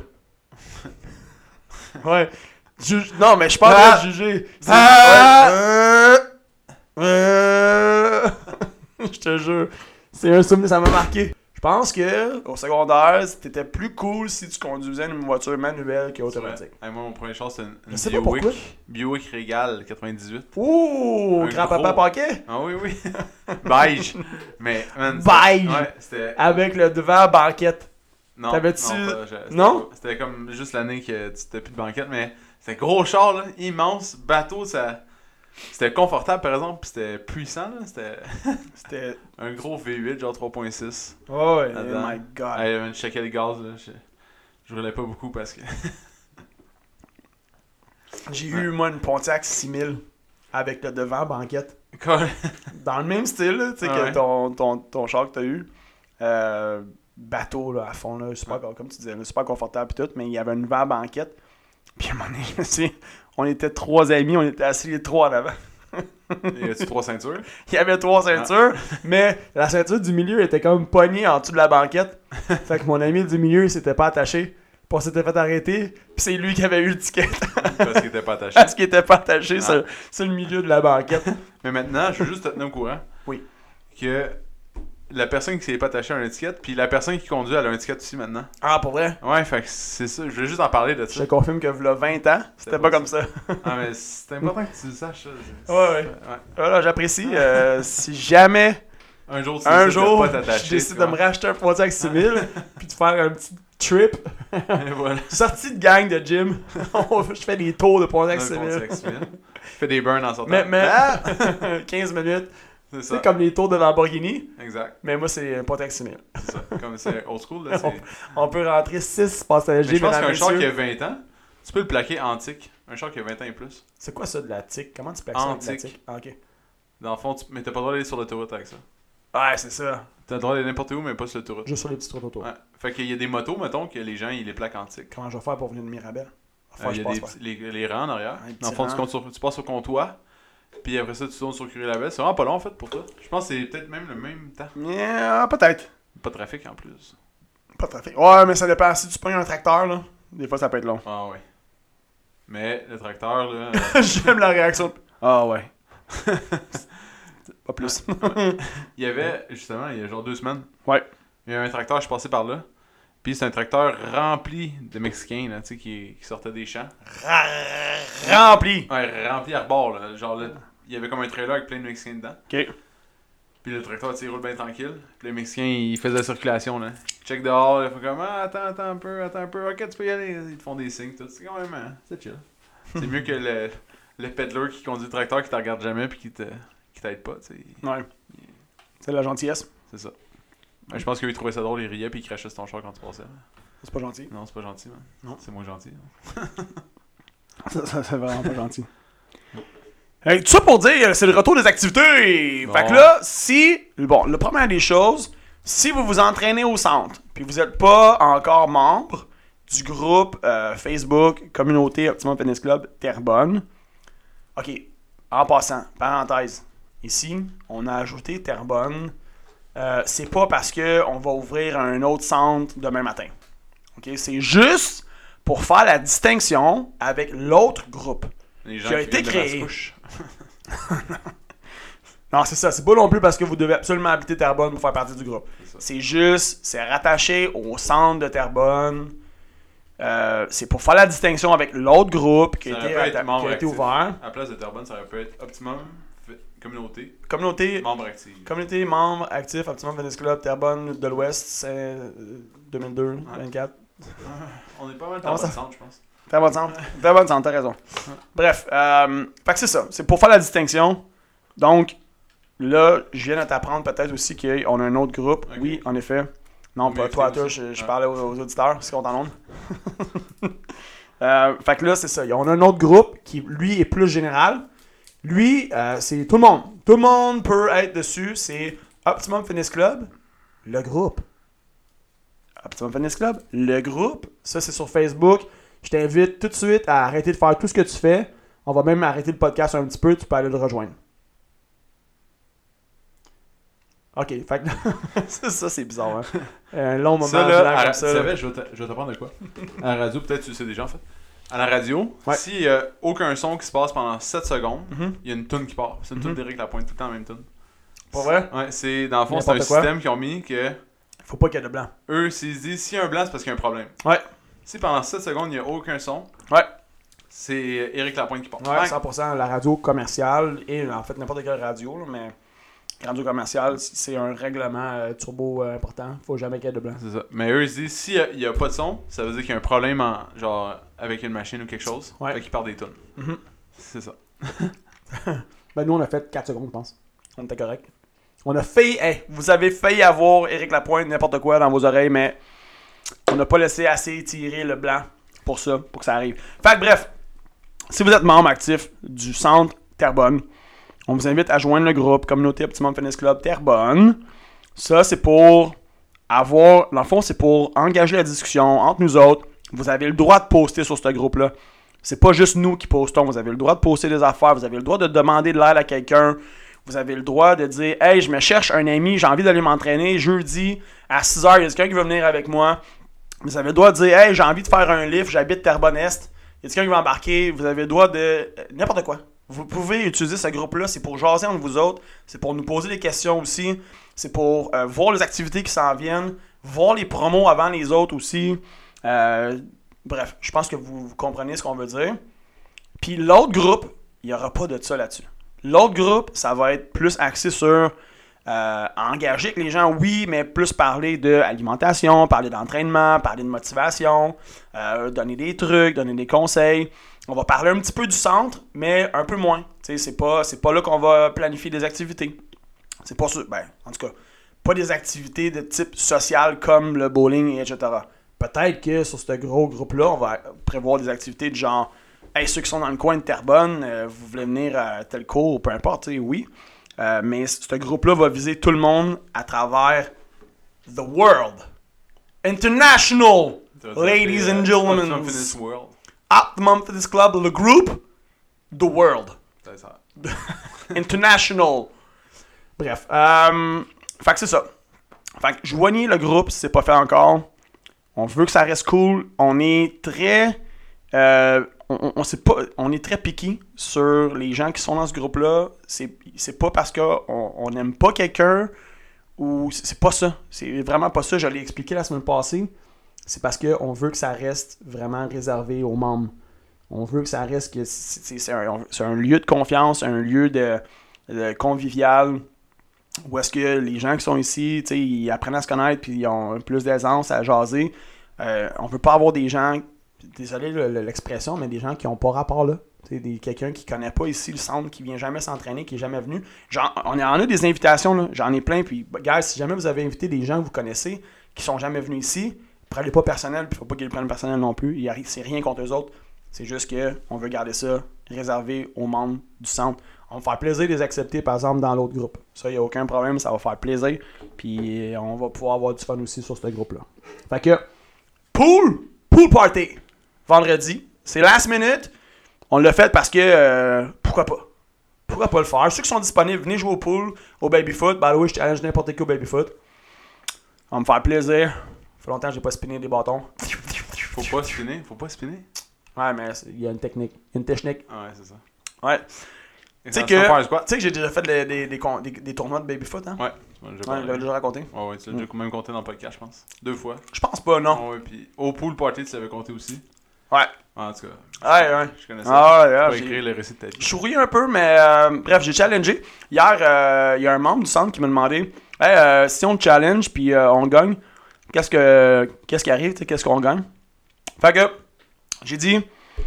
Ouais. Ju- non, mais je parle Ah! de juger. C'est- Ah! Ouais. Euh... Euh... Je te jure. C'est un souvenir, ça m'a marqué. Je pense que au secondaire, c'était plus cool si tu conduisais une voiture manuelle qu'automatique. Hey, moi, mon premier char, c'est une, Je une sais pas pourquoi. Buick. Buick Regal quatre-vingt-dix-huit. Ouh, Un grand-papa gros. Paquet. Ah oui, oui. Beige. Mais, man, Beige. c'était- Ouais, c'était. Avec le devant banquette. Non, T'avais-tu- non, pas, je- c'était Non? pas- C'était comme juste l'année que tu t'as plus de banquette, mais c'était gros char, là, immense, bateau, ça. C'était confortable par exemple, puis c'était puissant, là. C'était C'était. un gros V huit, genre trois point six. Oh, oh Là-dedans. my god. Ah, je checkais le gaz, là. Je, je roulais pas beaucoup parce que. J'ai eu, moi, une Pontiac six mille avec le devant banquette. Quoi? Dans le même style, là, tu sais, Ah que ouais. ton, ton, ton char que t'as eu. Euh, bateau là, à fond, là, super, ouais. Comme tu disais, là, super confortable et tout, mais il y avait une nouvelle banquette. Puis à un moment donné, je me suis, on était trois amis, on était assis les trois en avant. Y a-tu trois ceintures? Il y avait trois ceintures, ah. mais la ceinture du milieu était comme pognée en dessous de la banquette. Fait que mon ami du milieu, il s'était pas attaché. Puis on s'était fait arrêter, puis c'est lui qui avait eu le ticket. Parce qu'il était pas attaché. Parce qu'il était pas attaché ah. sur, sur le milieu de la banquette. Mais maintenant, je veux juste te tenir au courant. Oui. Que la personne qui s'est pas attachée à un étiquette, puis la personne qui conduit, elle a un étiquette aussi maintenant. Ah, pour vrai? Ouais, fait que c'est ça. Je voulais juste en parler de ça. Je te confirme que v'là vingt ans, c'était pas, pas comme ça. Ah, mais c'est important que tu le saches, ça. Ouais, ouais. ouais. Voilà, j'apprécie. Euh, si jamais... Un jour, tu un jour, de pas je décide de me racheter un Pontiac six mille, puis de faire un petit trip. Et voilà. Sortie de gang de gym. Je fais des tours de Pontiac six mille. Je fais des burns en sortant. Mais, mais quinze minutes. C'est ça. C'est comme les tours de Lamborghini. Exact. Mais moi, c'est un Pontiac six mille. C'est ça. Comme c'est old school. Là, on, on peut rentrer six passagers. Mais je pense qu'un char qui a vingt ans, tu peux le plaquer antique. Un char qui a vingt ans et plus. C'est quoi ça de la tic? Comment tu plaques ça de la tic? Ah, ok. Dans le fond, tu... mais t'as pas le droit d'aller sur l'autoroute avec ça. Ouais, c'est ça. T'as le droit d'aller n'importe où, mais pas sur l'autoroute. Juste sur les petites routes autour. Ouais. Fait qu'il y a des motos, mettons, que les gens, ils les plaquent antiques. Comment je vais faire pour venir de Mirabel? Il euh, y a des, les, les rangs en arrière. Dans le fond, tu, comptes sur, tu passes au comptoir. Puis après ça, tu tournes sur Curie-Labelle. C'est vraiment pas long, en fait, pour toi. Je pense que c'est peut-être même le même temps. Yeah, peut-être. Pas de trafic, en plus. Pas de trafic. Ouais, mais ça dépend. Si tu prends un tracteur, là, des fois, ça peut être long. Ah ouais. Mais le tracteur, là... Euh... J'aime la réaction. Ah ouais. Pas plus. Il y avait, justement, il y a genre deux semaines. Ouais. Il y avait un tracteur, je suis passé par là. Puis c'est un tracteur rempli de Mexicains, là, tu sais, qui, qui sortaient des champs. Rempli! Ouais, rempli à rebord, là. Genre, là, il y avait comme un trailer avec plein de Mexicains dedans. Ok. Puis le tracteur, tu sais, il roule bien tranquille. Puis les Mexicains, ils faisaient la circulation, là. Ils check dehors, ils font comme, ah, attends, attends un peu, attends un peu. Ok, tu peux y aller. Ils te font des signes, tout. C'est quand même, hein, c'est chill. C'est mieux que le, le peddler qui conduit le tracteur qui te regarde jamais puis qui te. qui t'aide pas, tu sais. Ouais. C'est de la gentillesse. C'est ça. Ben, je pense qu'ils trouvaient ça drôle, ils riaient puis ils crachaient sur ton char quand tu passais. C'est pas gentil. Non, c'est pas gentil, man. Non. C'est moins gentil. ça, ça, c'est vraiment pas gentil. Hey, tout ça pour dire, c'est le retour des activités. Bon. Fait que là, si... Bon, la première des choses, si vous vous entraînez au centre, puis vous n'êtes pas encore membre du groupe euh, Facebook Communauté Optimum Fitness Club Terrebonne, OK, en passant, parenthèse, ici, on a ajouté Terrebonne. Euh, c'est pas parce qu'on va ouvrir un autre centre demain matin. OK? C'est juste pour faire la distinction avec l'autre groupe Les gens qui a qui été créé. De non, c'est ça. C'est pas non plus parce que vous devez absolument habiter Terrebonne pour faire partie du groupe. C'est, c'est juste, c'est rattaché au centre de Terrebonne. Euh, c'est pour faire la distinction avec l'autre groupe qui a été, atta- qui a été ouvert. À la place de Terrebonne, ça aurait pu être Optimum Communauté. Communauté. Membre actif. Communauté, membre actif, Optimum Fitness Club, Terrebonne de l'Ouest, deux mille deux, ouais. vingt-quatre. On est pas mal Terrebonne Centre, je pense. Terrebonne Centre. Terrebonne Centre, t'as raison. Ouais. Bref, euh, fait que c'est ça. C'est pour faire la distinction. Donc, là, je viens de t'apprendre peut-être aussi qu'on a un autre groupe. Okay. Oui, en effet. Non, pas toi, toi, je, je ouais. parlais aux, aux auditeurs, c'est qu'on t'en onde. euh, fait que là, c'est ça. On a un autre groupe qui, lui, est plus général. Lui, euh, c'est tout le monde. Tout le monde peut être dessus. C'est Optimum Fitness Club, le groupe. Optimum Fitness Club, le groupe. Ça, c'est sur Facebook. Je t'invite tout de suite à arrêter de faire tout ce que tu fais. On va même arrêter le podcast un petit peu. Tu peux aller le rejoindre. OK, fait que ça, c'est bizarre. Hein? Un long moment ça, là, à, comme ça. Tu savais, je vais, je vais t'apprendre de quoi? À la radio, peut-être tu le sais déjà en fait. À la radio, ouais. S'il n'y a aucun son qui se passe pendant sept secondes, il mm-hmm. y a une toune qui part. C'est une mm-hmm. toune d'Éric Lapointe, tout le temps la même toune. Pas vrai? Ouais, c'est, dans le fond, c'est un quoi? Système qu'ils ont mis que... Faut pas qu'il y ait de blanc. Eux, s'ils se disent, s'il y a un blanc, c'est parce qu'il y a un problème. Ouais. Si pendant sept secondes, il n'y a aucun son, ouais. c'est Éric Lapointe qui part. Ouais, cent pour cent la radio commerciale, et en fait, n'importe quelle radio, là, mais... Radio commerciale, c'est un règlement euh, turbo euh, important. Faut jamais qu'il y ait de blanc. C'est ça. Mais eux, ils se disent, s'il n'y a, a pas de son, ça veut dire qu'il y a un problème en, genre, avec une machine ou quelque chose. Ouais. Fait qu'ils partent des tonnes. Mm-hmm. C'est ça. Ben nous, on a fait quatre secondes, je pense. On était correct. On a failli... Hey, vous avez failli avoir Éric Lapointe, n'importe quoi dans vos oreilles, mais on n'a pas laissé assez tirer le blanc pour ça, pour que ça arrive. Fait que bref, si vous êtes membre actif du centre Terrebonne, on vous invite à joindre le groupe Communauté Optimum Fitness Club Terrebonne. Ça, c'est pour avoir... Dans le fond, c'est pour engager la discussion entre nous autres. Vous avez le droit de poster sur ce groupe-là. C'est pas juste nous qui postons. Vous avez le droit de poster des affaires. Vous avez le droit de demander de l'aide à quelqu'un. Vous avez le droit de dire « Hey, je me cherche un ami, j'ai envie d'aller m'entraîner. Jeudi, à six heures, il y a quelqu'un qui va venir avec moi. » Vous avez le droit de dire « Hey, j'ai envie de faire un lift, j'habite Terrebonne-Est. Il y a quelqu'un qui va embarquer. » Vous avez le droit de... N'importe quoi. Vous pouvez utiliser ce groupe-là. C'est pour jaser entre vous autres. C'est pour nous poser des questions aussi. C'est pour euh, voir les activités qui s'en viennent. Voir les promos avant les autres aussi. Euh, bref, je pense que vous, vous comprenez ce qu'on veut dire. Puis l'autre groupe, il n'y aura pas de ça là-dessus. L'autre groupe, ça va être plus axé sur euh, engager avec les gens, oui, mais plus parler d'alimentation, parler d'entraînement, parler de motivation, euh, donner des trucs, donner des conseils. On va parler un petit peu du centre, mais un peu moins. Tu sais, c'est pas, c'est pas là qu'on va planifier des activités. C'est pas sûr, ben, en tout cas, pas des activités de type social comme le bowling, et cetera. Peut-être que sur ce gros groupe-là, on va prévoir des activités de genre hey, ceux qui sont dans le coin de Terrebonne, euh, vous voulez venir à tel cours, ou peu importe, oui. Euh, mais ce groupe-là va viser tout le monde à travers the world. International, ladies and gentlemen. Optimum Fitness Club, le groupe, the world. C'est ça. International. Bref. Euh, fait que c'est ça. Fait que joignez le groupe si c'est pas fait encore. On veut que ça reste cool. On est très... Euh, on, on, sait pas, on est très picky sur les gens qui sont dans ce groupe-là. C'est, c'est pas parce qu'on n'aime pas quelqu'un ou c'est, c'est pas ça. C'est vraiment pas ça. Je l'ai expliqué la semaine passée. C'est parce qu'on veut que ça reste vraiment réservé aux membres. On veut que ça reste que c'est, c'est, c'est, un, c'est un lieu de confiance, un lieu de, de convivial où est-ce que les gens qui sont ici, ils apprennent à se connaître puis ils ont plus d'aisance à jaser. Euh, on veut pas avoir des gens... Désolé l'expression, mais des gens qui n'ont pas rapport là. Des, quelqu'un qui ne connaît pas ici le centre, qui vient jamais s'entraîner, qui n'est jamais venu. Genre, on en a des invitations, là. J'en ai plein. Puis, guys, si jamais vous avez invité des gens que vous connaissez, qui sont jamais venus ici, prenez pas personnel, puis il ne faut pas qu'ils le prennent personnel non plus. Il c'est rien contre eux autres. C'est juste qu'on veut garder ça réservé aux membres du centre. On va faire plaisir de les accepter, par exemple, dans l'autre groupe. Ça, il n'y a aucun problème, ça va faire plaisir. Puis, on va pouvoir avoir du fun aussi sur ce groupe-là. Fait que, pool! Pool party! Vendredi. C'est last minute. On l'a fait parce que... Euh, pourquoi pas? Pourquoi pas le faire? Ceux qui sont disponibles, venez jouer au pool, au baby-foot. By the way, je challenge n'importe qui au baby-foot. Ça va me faire plaisir. Ça fait longtemps que j'ai pas spinné des bâtons. Faut pas spinner? Faut pas spinner? Ouais, mais il y a une technique. Une technique. Ah ouais, c'est ça. Ouais. Tu sais que, que j'ai déjà fait des, des, des, des, des tournois de baby-foot, hein? Ouais. Ouais, ouais, je l'ai déjà raconté. Ouais, ouais, tu l'as mm. déjà même compté dans le podcast, je pense. Deux fois. Je pense pas, non. Ouais, ouais, puis au pool party, tu l'avais compté aussi. Ouais. En tout cas. Ouais, ouais. Je connais ça. Ah, ouais, ouais, je vais écrire le récit de ta vie. Je souris un peu, mais euh, bref, j'ai challengé. Hier, il euh, y a un membre du centre qui m'a demandé hey, euh, si on challenge puis euh, on gagne, qu'est-ce que qu'est-ce qui arrive, qu'est-ce qu'on gagne? Fait que j'ai dit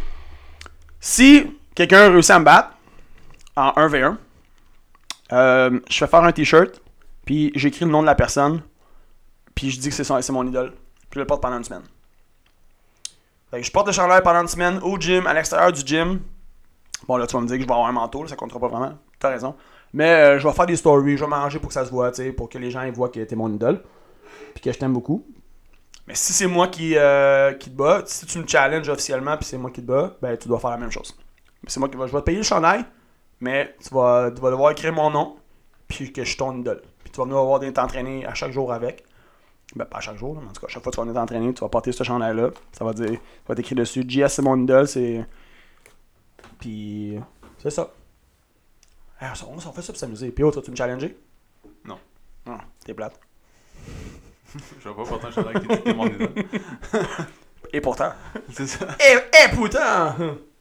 si quelqu'un réussit à me battre en un v un, euh, je fais faire un t-shirt, puis j'écris le nom de la personne, puis je dis que c'est, son, c'est mon idole, puis je le porte pendant une semaine. Fait que je porte le chandail pendant une semaine au gym, à l'extérieur du gym. Bon, là, tu vas me dire que je vais avoir un manteau, là, ça comptera pas vraiment. T'as raison. Mais euh, je vais faire des stories, je vais m'arranger pour que ça se voit, tu sais, pour que les gens ils voient que t'es mon idole. Puis que je t'aime beaucoup. Mais si c'est moi qui, euh, qui te bats, si tu me challenges officiellement, puis c'est moi qui te bats, ben tu dois faire la même chose. C'est moi qui va, je vais te payer le chandail, mais tu vas, tu vas devoir écrire mon nom, puis que je suis ton idole. Puis tu vas venir avoir des t'entraîner à chaque jour avec. Ben, pas à chaque jour, mais en tout cas, à chaque fois que tu vas venir t'entraîner, tu vas porter ce chandail-là. Ça va dire, ça va être écrit dessus, J S c'est mon idole, c'est. Puis, c'est ça. Ah, on, on fait ça pour s'amuser. Puis, oh, toi, tu me challenger? Non. Ah, t'es plate. Je vais pas porter un chandail qui dit mon idole. Et pourtant. C'est ça. Et, et pourtant!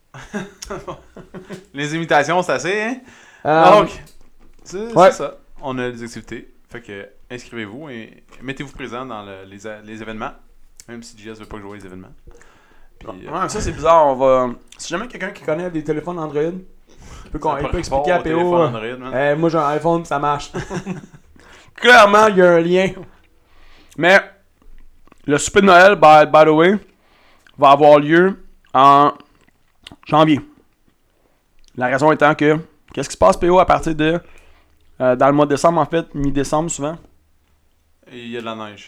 Les imitations, c'est assez, hein? Euh, Donc, c'est, ouais. c'est ça. On a des activités. Fait que inscrivez-vous et mettez-vous présent dans le, les, les événements. Même si J S veut pas que je vois les événements. Puis, ouais, euh, ça c'est bizarre. On va. Si jamais quelqu'un qui connaît des téléphones Android, il peut, il peut expliquer à P O. Android, euh, moi j'ai un iPhone, ça marche. Clairement, il y a un lien. Mais le souper de Noël, by, by the way, va avoir lieu en janvier. La raison étant que, qu'est-ce qui se passe, P O, à partir de, euh, dans le mois de décembre, en fait, mi-décembre souvent? Il y a de la neige.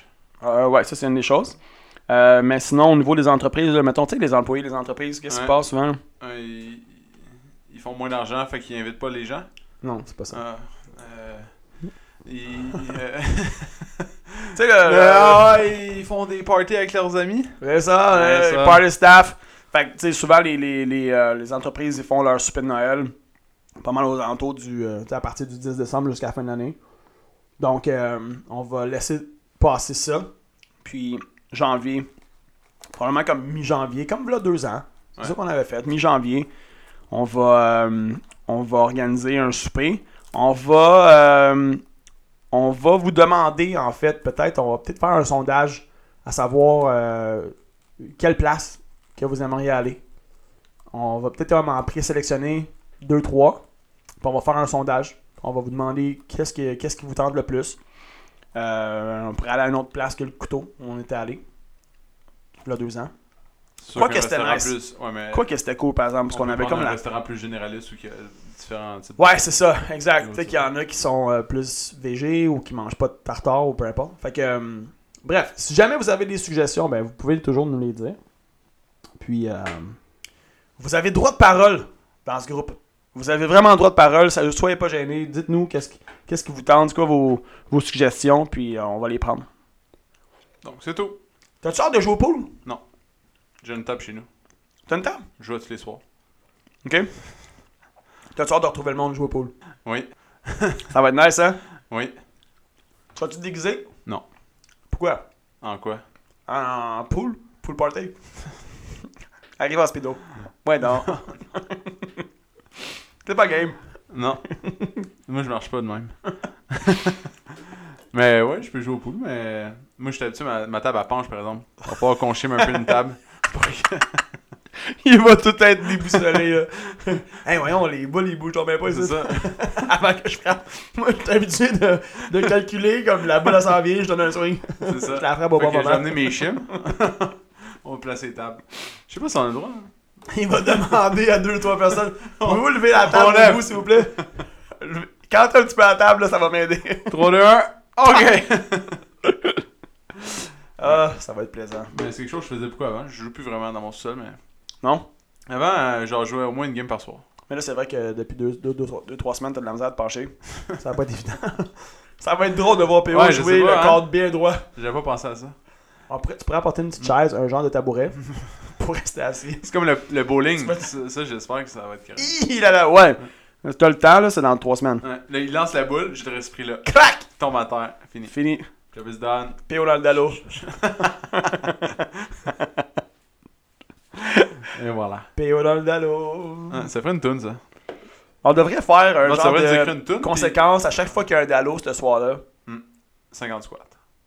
Euh, ouais, ça, c'est une des choses. Euh, mais sinon, au niveau des entreprises, là, mettons, tu sais, les employés des entreprises, qu'est-ce qui Ouais. se passe souvent? Euh, ils, ils font moins d'argent, fait qu'ils invitent pas les gens. Non, c'est pas ça. Ah, euh, ils, euh, Tu sais, le... ah, ils font des parties avec leurs amis. C'est ça, Ouais, euh, ça. party staff. Fait que, tu sais, souvent, les, les, les, euh, les entreprises, ils font leur souper de Noël pas mal aux alentours du... Euh, tu sais, à partir du dix décembre jusqu'à la fin de l'année. Donc, euh, on va laisser passer ça. Puis, janvier, probablement comme mi-janvier, comme là deux ans. C'est Ouais. ça qu'on avait fait. Mi-janvier, on va, euh, on va organiser un souper. On va, euh, on va vous demander, en fait, peut-être, on va peut-être faire un sondage à savoir euh, quelle place que vous aimeriez aller. On va peut-être en présélectionner deux, trois. Puis on va faire un sondage. On va vous demander qu'est-ce qui, qu'est-ce qui vous tente le plus. Euh, on pourrait aller à une autre place que le couteau où on était allé. Il y a deux ans. C'est sûr Quoi qu'un que c'était restaurant nice. plus, ouais, mais Quoi que c'était cool, par exemple, parce on qu'on peut avait prendre comme un la... restaurant plus généraliste ou qu'il y a différents types. Ouais, c'est ça, exact. Ouais, Peut-être qu'il y en a qui sont euh, plus végés ou qui mangent pas de tartare ou peu importe. Fait que, euh, bref, si jamais vous avez des suggestions, ben vous pouvez toujours nous les dire. Puis, euh, vous avez droit de parole dans ce groupe. Vous avez vraiment droit de parole. Ça, soyez pas gênés. Dites-nous qu'est-ce qui, qu'est-ce qui vous tente, c'est quoi vos, vos suggestions, puis euh, on va les prendre. Donc, c'est tout. T'as-tu hâte de jouer au pool? J'ai une table chez nous. T'as une table? Je joue tous les soirs. OK. T'as-tu hâte de retrouver le monde jouer au pool? Oui. Ça va être nice, hein? Oui. Tu vas-tu te déguiser? Non. Pourquoi? En quoi? En pool? Pool party? Arrive en speedo. Ouais, non. T'es pas game. Non. Moi, je marche pas de même. Mais ouais, je peux jouer au pool, mais moi, je suis habitué, ma, ma table à penche, par exemple. On va pouvoir qu'on chime un peu une table. Pour que- Il va tout être déboussolé, là. Hey, voyons, les boules, ils bougent bien pas, C'est ici. ça. Avant que je frappe. Moi, je suis habitué de, de calculer, comme la boule, elle s'en vient, je donne un swing. C'est ça. Je la frappe au Fait bon que j'ai moment. amené mes chims. On va placer les tables. Je sais pas si on a le droit. hein. Il va demander à deux ou trois personnes, pouvez-vous lever la On table lève. debout, s'il vous plaît? Quand t'as un petit peu la table, là, ça va m'aider. trois, deux, un. OK! Ah, ça va être plaisant. Mais c'est quelque chose que je faisais beaucoup avant. Je joue plus vraiment dans mon sol, mais. Non? Avant, euh, genre, je jouais au moins une game par soir. Mais là, c'est vrai que depuis deux, deux, deux, deux, trois semaines, t'as de la misère à te pencher. Ça va pas être évident. Ça va être drôle de voir P O Ouais, je jouer sais pas, le hein. cadre bien droit. J'avais pas pensé à ça. Après, tu pourrais apporter une petite chaise, un genre de tabouret, pour rester assis. C'est comme le, le bowling. C'est pas- Ça, ça, j'espère que ça va être correct. Hi, là, là, ouais. T'as le temps, là, c'est dans trois semaines. Ouais. Là, il lance la boule, j'ai le esprit là. Crac! Il tombe à terre. Fini. Fini. Job is done. P O dans le dallo. Et voilà. P O dans le dallo. Ah, ça ferait une toune, ça. On devrait faire un Non, ça genre devrait écrire de une toune. puis conséquence à chaque fois qu'il y a un dallo ce soir-là. cinquante squats.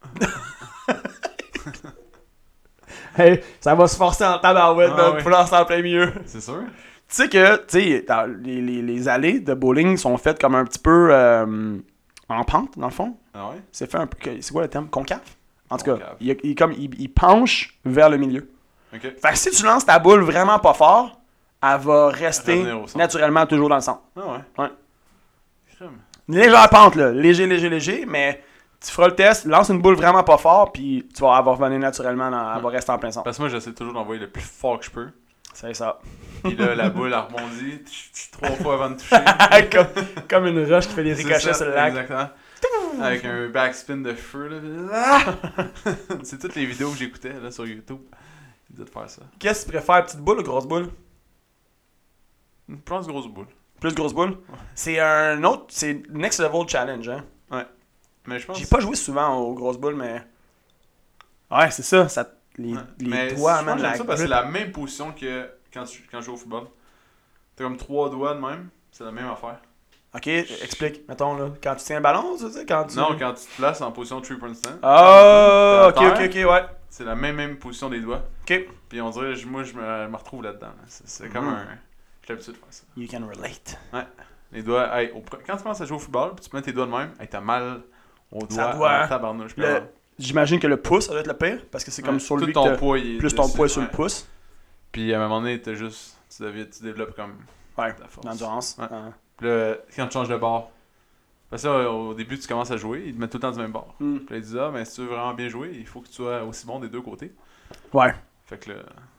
Hey, ça va se forcer en tabarouette Ah, man, ouais. pour lancer en plein milieu. C'est sûr? Tu sais que, tu sais, dans les, les, les allées de bowling sont faites comme un petit peu euh, en pente, dans le fond. Ah ouais? C'est fait un peu, que- c'est quoi le terme? Concave? En tout cas, Concave. il, il, comme, il, il penche vers le milieu. Ok. Fait que si tu lances ta boule vraiment pas fort, elle va rester Revenir au centre. naturellement toujours dans le centre. Ah ouais? Ouais. Crème. Une légère pente, là. Léger, léger, léger, mais tu feras le test, lance une boule vraiment pas fort, puis tu vas avoir revenir naturellement, dans, elle va rester en plein centre. Parce que moi, j'essaie toujours d'envoyer le plus fort que je peux. C'est ça. Puis là, la boule, elle rebondit tch, tch, trois fois avant de toucher. comme, comme une roche qui fait des C'est ricochets ça, sur le lac. Exactement. Avec un backspin de feu. Là. Ah! C'est toutes les vidéos que j'écoutais là, sur YouTube. Ils disaient de faire ça. Qu'est-ce que tu préfères, petite boule ou grosse boule? Je pense grosse boule. Plus grosse boule? C'est un autre, c'est next level challenge, hein? Mais je pense. J'ai pas joué souvent aux grosses boules, mais... Ouais, c'est ça, ça les, Ouais. les Mais doigts, je man, pense que la j'aime ça parce que c'est grip. la même position que quand, tu, quand je joue au football. T'as comme trois doigts de même. C'est la même affaire. Ok, explique, mettons, là. Quand tu tiens le ballon, tu sais, quand tu... Non, quand tu te places en position three point stand. Ah, ok, T'es à ok, terre, ok, ouais. C'est la même, même position des doigts. Ok. Puis on dirait, je- moi, je me, je me retrouve là-dedans. là. C'est, c'est comme Mhm. un. J'ai l'habitude de faire ça. You can relate. Les doigts, hey, au pre- quand tu commences à jouer au football, puis tu mets tes doigts de même, hey, t'as mal aux Ça doigts. doit, en tabarnouche. Puis Le- alors, J'imagine que le pouce, ça doit être le pire, parce que c'est comme ouais, sur tout lui ton que poids, il est plus ton dessus, poids sur ouais. le pouce. Puis à un moment donné, t'as juste. Tu, deviens, tu développes comme Ouais, de la force. l'endurance. Ouais. Euh, Puis là, quand tu changes de bord, Parce que là, au début, tu commences à jouer, ils te mettent tout le temps du même bord. Mm. Puis là, ils disent, ah, mais si tu veux vraiment bien jouer, il faut que tu sois aussi bon des deux côtés. Ouais. Fait que là,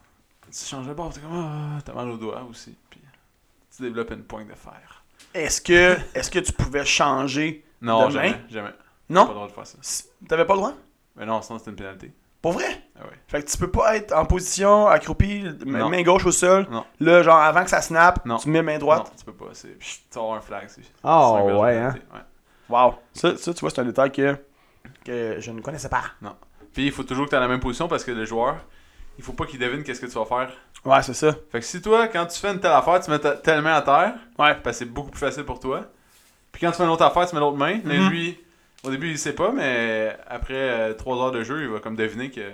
tu changes de bord, t'es comme, ah, t'as mal aux doigts aussi. Puis tu développes une pointe de fer. Est-ce que, est-ce que tu pouvais changer Non, de jamais, main? jamais. Non? Pas le droit de faire ça. Si- T'avais pas le droit? Mais non, sinon c'est une pénalité. Pour vrai? Ah ouais. Fait que tu peux pas être en position accroupi, m- Non. main gauche au sol. Non. Là, genre avant que ça snap, Non. tu mets main droite. Non, tu peux pas. C'est... Chut, tu vas avoir un flag. C'est... Ah, c'est un gage de ouais, pénalité, ouais. Wow. Ça, ça, tu vois, c'est un détail que, que je ne connaissais pas. Puis il faut toujours que tu aies la même position parce que le joueur, il faut pas qu'il devine qu'est-ce que tu vas faire. Ouais, c'est ça. Fait que si toi, quand tu fais une telle affaire, tu mets ta, telle main à terre, Ouais. parce que c'est beaucoup plus facile pour toi. Puis quand tu fais une autre affaire, tu mets l'autre main. Là, Mhm. lui, au début, il sait pas, mais après euh, trois heures de jeu, il va comme deviner que,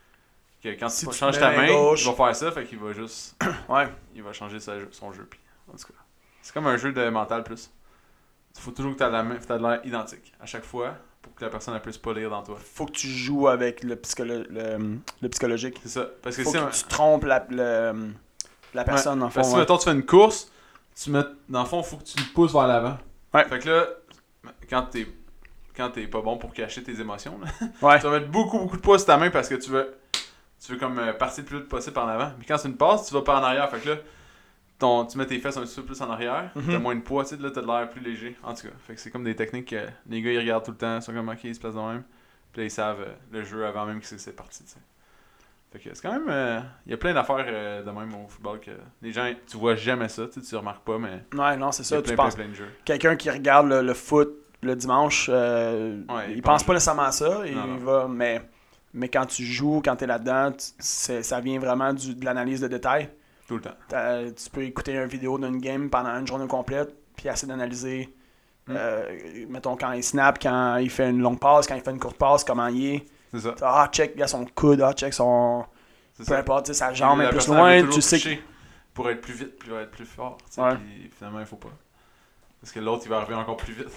que quand Si tu tu changes mets ta main main, gauche- il va faire ça. Fait qu'il va juste. Ouais. Il va changer sa- son jeu. Puis, en tout cas, c'est comme un jeu de mental plus. Il faut toujours que tu aies la main, t'as de l'air identique à chaque fois pour que la personne ne puisse pas lire dans toi. Faut que tu joues avec le, psycholo- le, le psychologique. C'est ça. Parce que Faut si, que tu trompes la, le- la personne, en Parce que fond. si, ouais. mettons, tu fais une course, tu mets, dans le fond, il faut que tu le pousses vers l'avant. Ouais. Fait que là, quand t'es, quand t'es pas bon pour cacher tes émotions, là, Ouais. tu vas mettre beaucoup, beaucoup de poids sur ta main parce que tu veux, tu veux comme euh, partir le plus vite possible par en avant. Mais quand c'est une passe, tu vas pas en arrière. Fait que là, ton, tu mets tes fesses un petit peu plus en arrière, Mhm. t'as moins de poids, tu sais, là, t'as de l'air plus léger. En tout cas, fait que c'est comme des techniques que les gars, ils regardent tout le temps, ils sont comme, ok, ils se placent de même. Puis là, ils savent euh, le jeu avant même que c'est, c'est parti, tu sais. Fait que c'est quand même. euh, Il y a plein d'affaires euh, de même au football que les gens, tu vois jamais ça, tu sais, tu remarques pas, mais. Ouais, non, c'est Il y ça. a Tu plein, penses. plein, plein de jeux. Quelqu'un qui regarde le, le foot le dimanche, euh, Ouais, il il pense pense- pas nécessairement à ça. Il Non, non. va, mais, mais quand tu joues, quand t'es là-dedans, tu- c'est- ça vient vraiment du, de l'analyse de détails. Tout le temps. T'as- Tu peux écouter une vidéo d'une game pendant une journée complète, puis essayer d'analyser, Mm. euh, mettons, quand il snap, quand il fait une longue passe, quand il fait une courte passe, comment il est. C'est ça. Ah, check, il y a son coude, ah, check son. C'est Peu ça. importe, tu sais, sa jambe La est plus personne, loin, elle veut tu toujours sais. que- tricher pour être plus vite, puis être plus fort. tu sais, Ouais. Puis finalement, il faut pas. Parce que l'autre, il va arriver encore plus vite.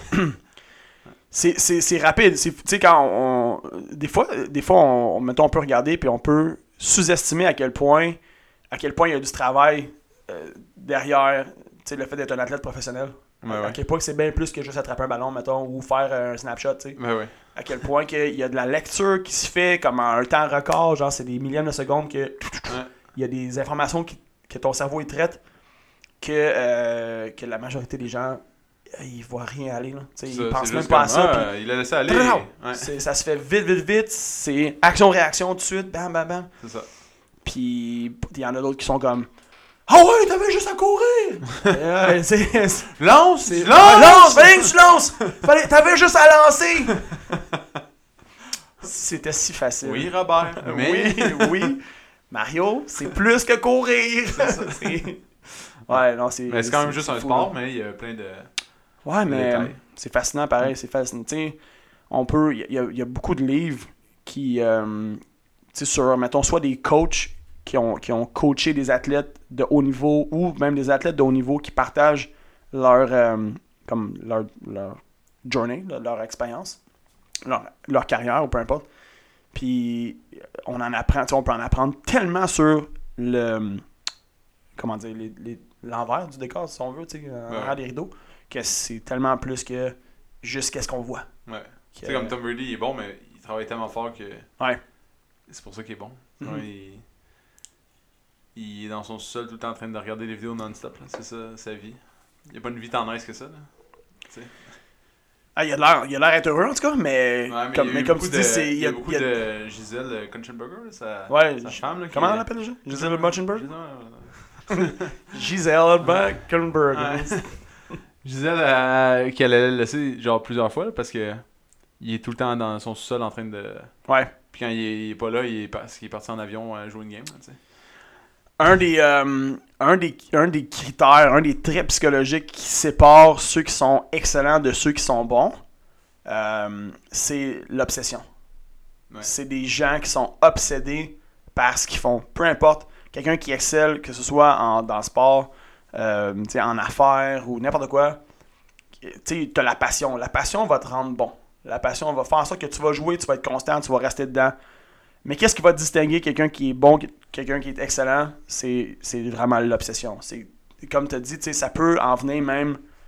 C'est, c'est, c'est rapide. C'est, tu sais, quand on, des fois, des fois on, mettons, on peut regarder puis on peut sous-estimer à quel point, à quel point il y a du travail euh, derrière, tu sais, le fait d'être un athlète professionnel. Ouais, À ouais. quel point que c'est bien plus que juste attraper un ballon, mettons, ou faire un snapshot, tu sais. Ben ouais. À quel point qu'il y a de la lecture qui se fait comme en un temps record, genre c'est des millièmes de secondes que il y a des informations qui, que ton cerveau il traite que, euh, que la majorité des gens euh, ils voient rien aller là. Tu sais, Ça, ils c'est pensent juste même pas à comme, ça. ah, puis il a laissé aller. Brrr! Ouais, c'est- ça se fait vite, vite, vite. C'est action-réaction tout de suite, bam, bam, bam. c'est ça. Puis il y en a d'autres qui sont comme ah ouais, t'avais juste à courir! Euh, c'est, c'est, Lance! c'est- Lance! lance! Fallait que tu lances! Fallait, t'avais juste à lancer! C'était si facile. Oui, Robert. Mais. Oui, oui. Mario, c'est plus que courir. C'est- ouais, non, c'est. Mais c'est quand même juste un fou, sport, là. mais il y a plein de. Ouais, mais détails. c'est fascinant pareil, c'est fascinant. Tu sais, on peut. Il y, a- il y a beaucoup de livres qui. euh, tu sais, sur, mettons, soit des coachs qui ont, qui ont coaché des athlètes de haut niveau ou même des athlètes de haut niveau qui partagent leur. euh, comme leur, leur journey, là, leur expérience, leur, leur carrière ou peu importe. Puis on en apprend, tu sais, on peut en apprendre tellement sur le. Comment dire, les, les- l'envers du décor, si on veut, tu sais, l'envers Ouais. des rideaux, que c'est tellement plus que juste qu'est-ce qu'on voit. Ouais. Que- Tu sais, comme Tom Brady, il est bon, mais il travaille tellement fort que. Ouais. C'est pour ça qu'il est bon. Mhm. Ouais, il... il est dans son sol tout le temps en train de regarder des vidéos non-stop. Là. C'est ça, sa vie. Il n'y a pas une vie tant nice que ça. Là. Tu sais. Ah, il a l'air, il a l'air être heureux en tout cas, mais, Ouais, mais comme, il y a mais eu comme beaucoup tu de- dis, c'est. Il y a il beaucoup il y a- de Gisèle euh, Kunchenberger, là, sa, Ouais, sa J- femme. Là, qui Comment est- on l'appelle déjà? Gisèle Munchenberg? Gisèle, ouais, ouais, ouais. Gisèle Buckenberg. Ouais. Gisèle, euh, qu'elle allait le laisser genre plusieurs fois là, parce que il est tout le temps dans son sous-sol en train de. Ouais. Puis quand il est, il est pas là, il est, parce qu'il est parti en avion euh, jouer une game. Là, tu sais. Un des, euh, un, des, un des critères, un des traits psychologiques qui séparent ceux qui sont excellents de ceux qui sont bons, euh, c'est l'obsession. Ouais. C'est des gens qui sont obsédés par ce qu'ils font. Peu importe, quelqu'un qui excelle, que ce soit en, dans le sport, euh, tu sais, en affaires ou n'importe quoi, tu as la passion. La passion va te rendre bon. La passion va faire en sorte que tu vas jouer, tu vas être constant, tu vas rester dedans. Mais qu'est-ce qui va distinguer quelqu'un qui est bon, quelqu'un qui est excellent? C'est, c'est vraiment l'obsession. C'est, comme tu as dit, tu sais, ça peut en venir même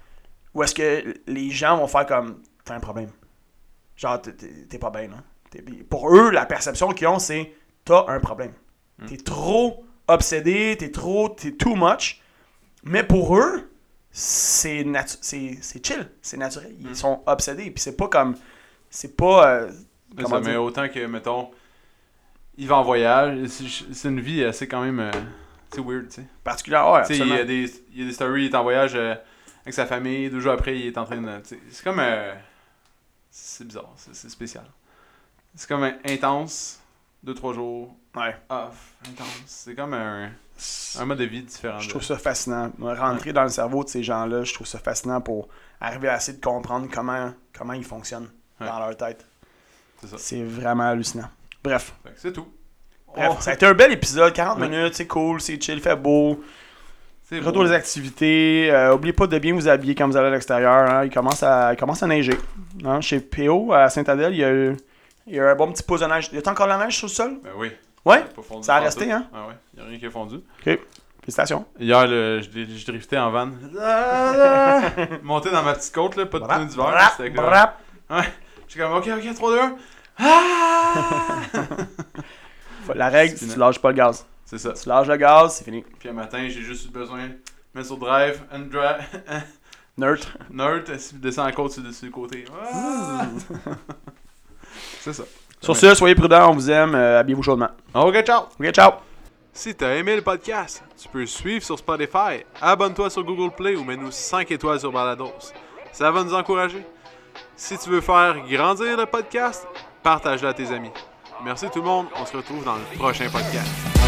Où est-ce que les gens vont faire comme, t'as un problème. Genre, t'es, t'es, t'es pas bien, non? T'es, pour eux, la perception qu'ils ont, c'est, t'as un problème. Mm. T'es trop obsédé, t'es trop, t'es too much. Mais pour eux, c'est, natu- c'est, c'est chill, c'est naturel. Ils mm. sont obsédés, puis c'est pas comme, c'est pas... Euh, mais, ça, mais autant que, mettons, ils vont en voyage, c'est, c'est une vie assez quand même... Euh, c'est weird, tu sais. Particulièrement, ouais, absolument. Il y a des, il y a des stories, il est en voyage euh, avec sa famille, deux jours après, il est en train de... C'est comme... Euh, c'est bizarre, c'est, c'est spécial. C'est comme un, intense, deux, trois jours, ouais. off, intense. C'est comme un, un mode de vie différent. Je de... trouve ça fascinant. Rentrer ouais. dans le cerveau de ces gens-là, je trouve ça fascinant pour arriver à essayer de comprendre comment, comment ils fonctionnent ouais. dans leur tête. C'est ça. C'est vraiment hallucinant. Bref. C'est tout. Bref, oh. ça a été un bel épisode, quarante ouais. minutes, c'est cool, c'est chill, fait beau. C'est Retour des activités. Euh, oubliez pas de bien vous habiller quand vous allez à l'extérieur. Hein. Il, commence à, il commence à neiger. Hein. Chez P O, à Saint-Adèle, il y a eu, il y a eu un bon petit pouce de neige. Y a-t-il encore de la neige sur le sol? Ben oui. Ouais? Ça, ça a resté, tout. Hein? Ah ouais, il n'y a rien qui a fondu. OK. Félicitations. Hier, le, je, je driftais en van. Monté dans ma petite côte, là, pas de pneus d'hiver. Brap, c'était brap. Comme... Ouais. J'étais comme, OK, OK, trois, deux, un. Ah! La règle, c'est tu lâches pas le gaz. C'est ça. Tu lâches le gaz, c'est fini. Puis un matin, j'ai juste eu besoin de mettre sur drive, and drive. Nerd. Nerd, descends la côte sur le côté. Ah! C'est ça. Sur ce, soyez prudents, on vous aime, euh, habillez-vous chaudement. OK, ciao. OK, ciao. Si t'as aimé le podcast, tu peux le suivre sur Spotify, abonne-toi sur Google Play ou mets-nous cinq étoiles sur Balados. Ça va nous encourager. Si tu veux faire grandir le podcast, partage-le à tes amis. Merci tout le monde, on se retrouve dans le prochain podcast.